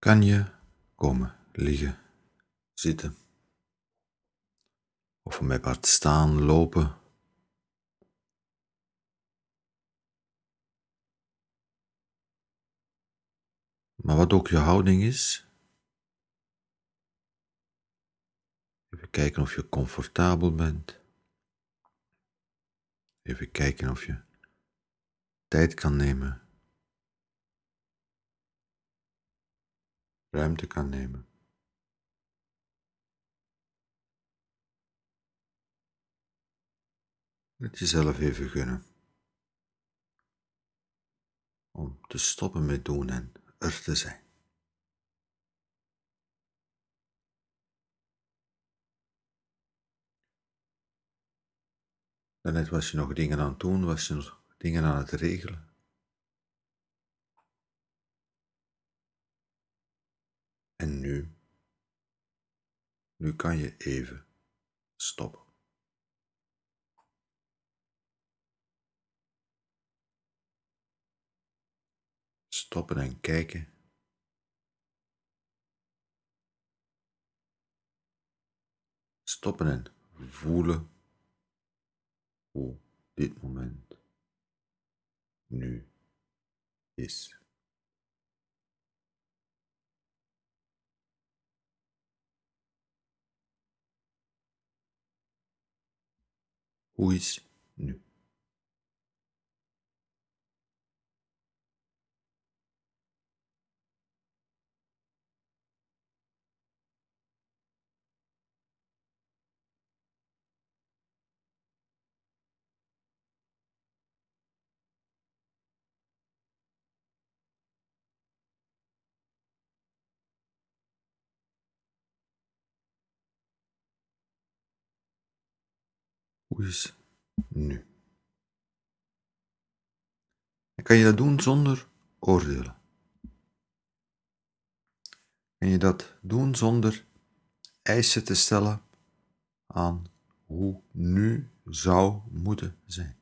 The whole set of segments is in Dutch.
kan je komen liggen, zitten, of voor mij part staan, lopen. Maar wat ook je houding is, even kijken of je comfortabel bent. Even kijken of je tijd kan nemen, ruimte kan nemen. Het jezelf even gunnen om te stoppen met doen en er te zijn. Daarnet was je nog dingen aan het doen, was je nog dingen aan het regelen. En nu kan je even stoppen. Stoppen en kijken. Stoppen en voelen hoe dit moment nu is. Hoe is nu? Hoe is nu? En kan je dat doen zonder oordelen? Kan je dat doen zonder eisen te stellen aan hoe nu zou moeten zijn?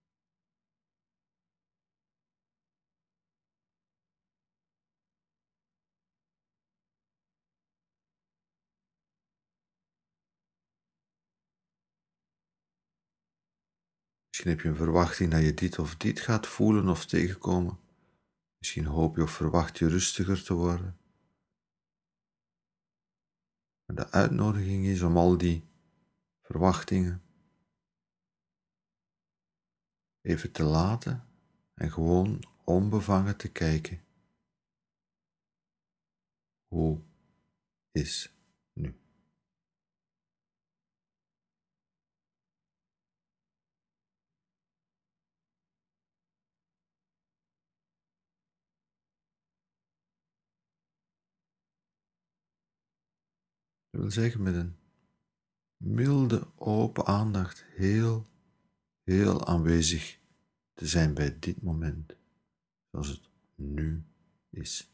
Misschien heb je een verwachting dat je dit of dit gaat voelen of tegenkomen. Misschien hoop je of verwacht je rustiger te worden. Maar de uitnodiging is om al die verwachtingen even te laten en gewoon onbevangen te kijken. Hoe is nu? Dat wil zeggen met een milde open aandacht heel aanwezig te zijn bij dit moment, zoals het nu is.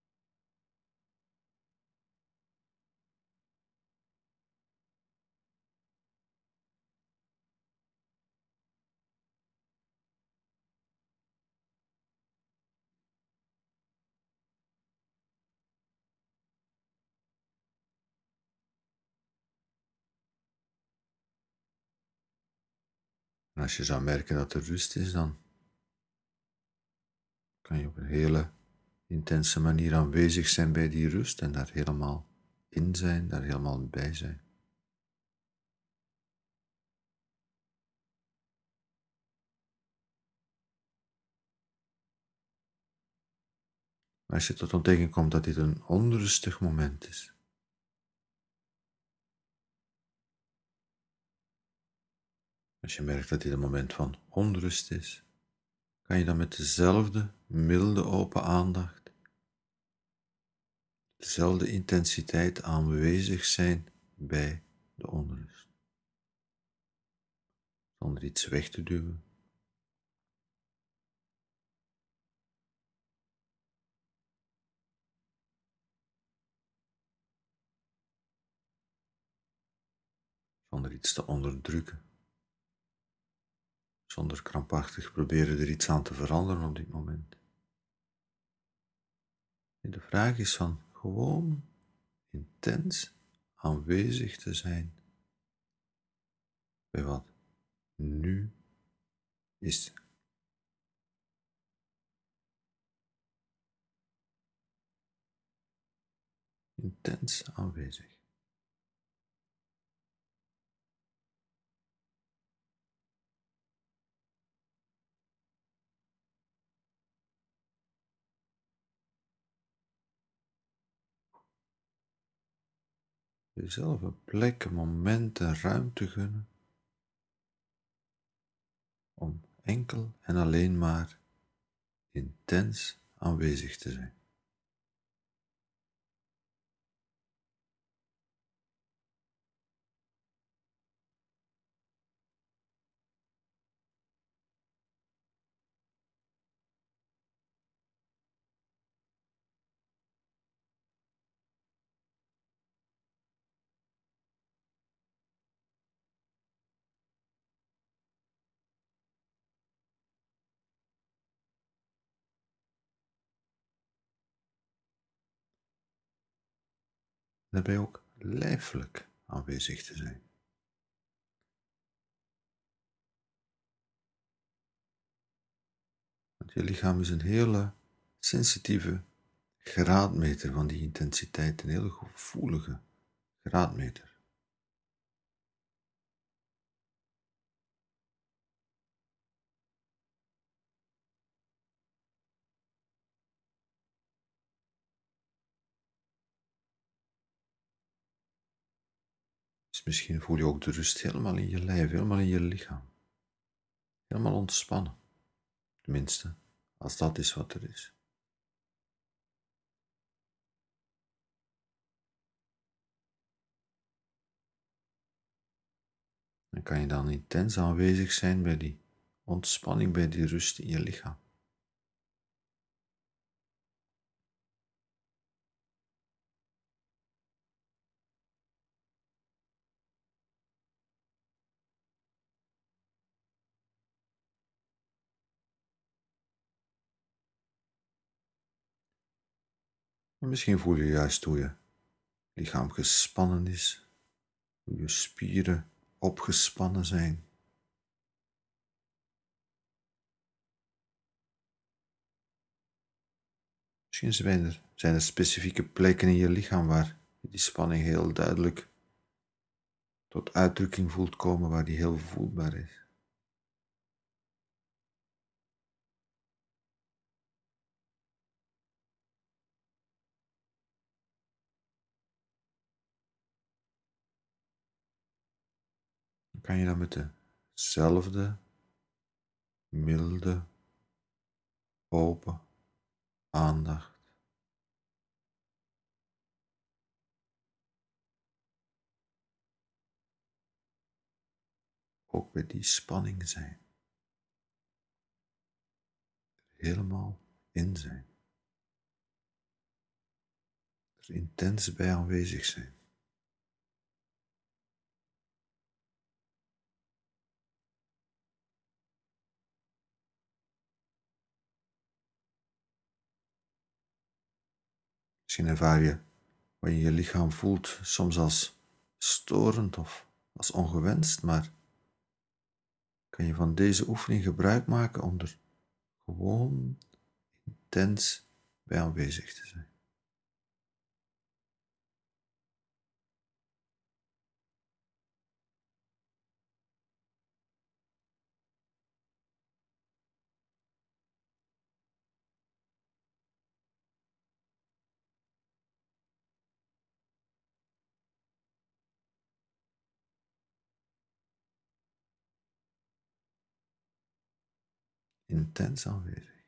En als je zou merken dat er rust is, dan kan je op een hele intense manier aanwezig zijn bij die rust en daar helemaal in zijn, daar helemaal bij zijn. Maar als je tot ontdekking komt dat dit een onrustig moment is, als je merkt dat dit een moment van onrust is, kan je dan met dezelfde milde open aandacht, dezelfde intensiteit aanwezig zijn bij de onrust. Zonder iets weg te duwen. Zonder iets te onderdrukken. Zonder krampachtig proberen er iets aan te veranderen op dit moment. En de vraag is van gewoon intens aanwezig te zijn bij wat nu is. Intens aanwezig. Jezelf een plek, een moment, een ruimte gunnen om enkel en alleen maar intens aanwezig te zijn. Daarbij ook lijfelijk aanwezig te zijn. Want je lichaam is een hele sensitieve graadmeter van die intensiteit, een hele gevoelige graadmeter. Dus misschien voel je ook de rust helemaal in je lijf, helemaal in je lichaam. Helemaal ontspannen. Tenminste, als dat is wat er is. En kan je dan intens aanwezig zijn bij die ontspanning, bij die rust in je lichaam. En misschien voel je juist hoe je lichaam gespannen is, hoe je spieren opgespannen zijn. Misschien zijn er specifieke plekken in je lichaam waar je die spanning heel duidelijk tot uitdrukking voelt komen, waar die heel voelbaar is. Dan kan je dan met dezelfde milde, open aandacht ook bij die spanning zijn. Helemaal in zijn. Er intens bij aanwezig zijn. Misschien ervaar je wat je in je lichaam voelt soms als storend of als ongewenst, maar kan je van deze oefening gebruik maken om er gewoon intens bij aanwezig te zijn. Intens aanwezig.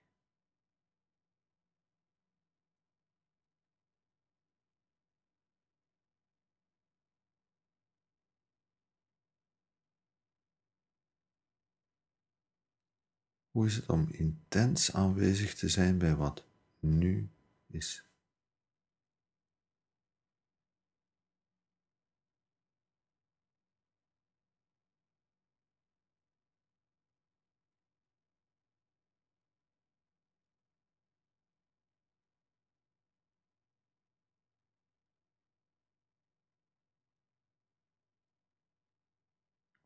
Hoe is het om intens aanwezig te zijn bij wat nu is?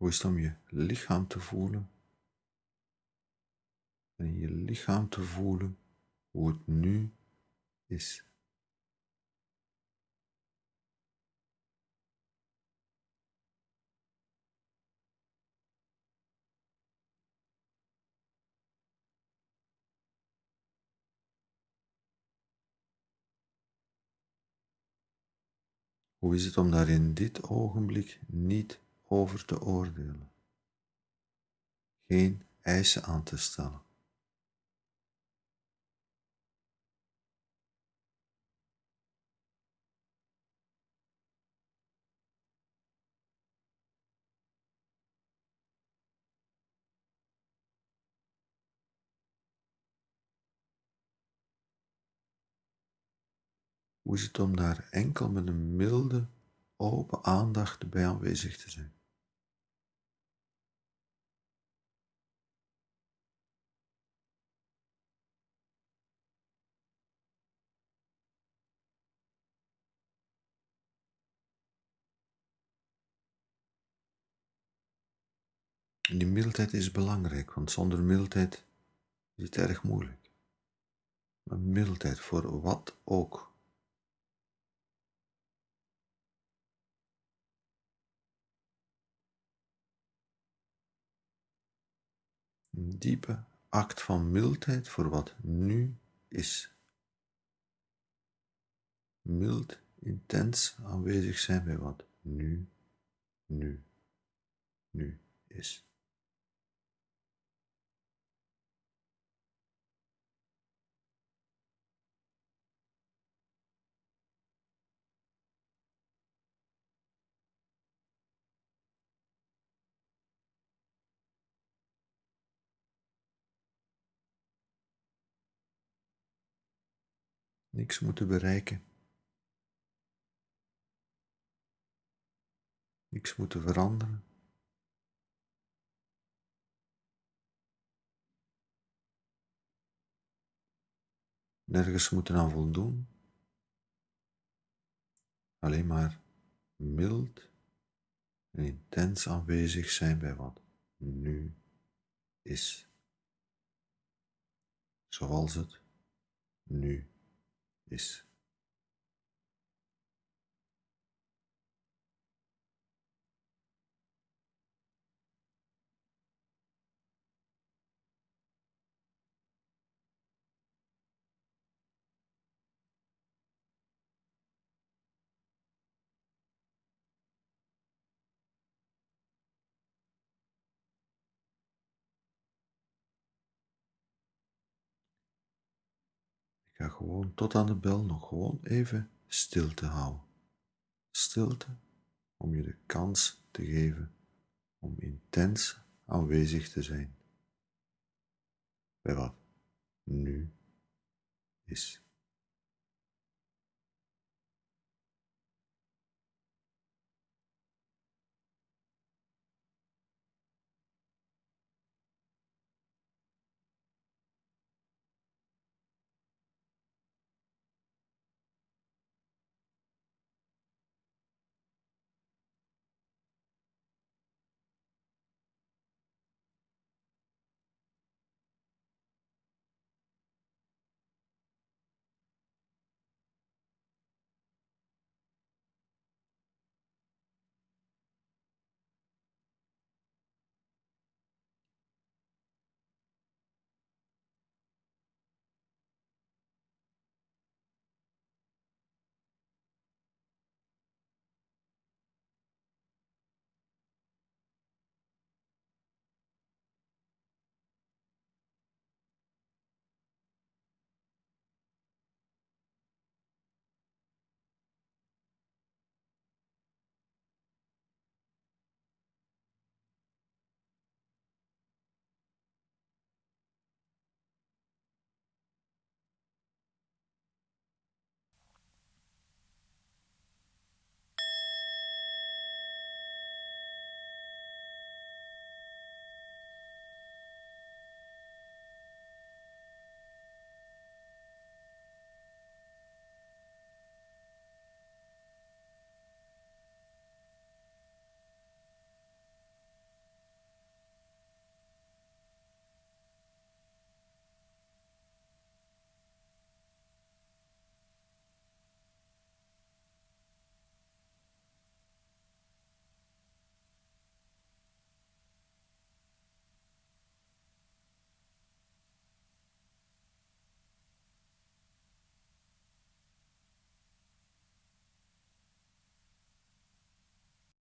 Hoe is het om je lichaam te voelen? En in je lichaam te voelen hoe het nu is. Hoe is het om daar in dit ogenblik niet over te oordelen? Geen eisen aan te stellen. Hoe is het om daar enkel met een milde, open aandacht bij aanwezig te zijn? En die mildheid is belangrijk, want zonder mildheid is het erg moeilijk. Maar mildheid voor wat ook. Een diepe act van mildheid voor wat nu is. Mild, intens aanwezig zijn bij wat nu is. Niks moeten bereiken. Niks moeten veranderen. Nergens moeten aan voldoen. Alleen maar mild en intens aanwezig zijn bij wat nu is. Zoals het nu is. Ik ga gewoon tot aan de bel nog gewoon even stilte houden. Stilte om je de kans te geven om intens aanwezig te zijn bij wat nu is.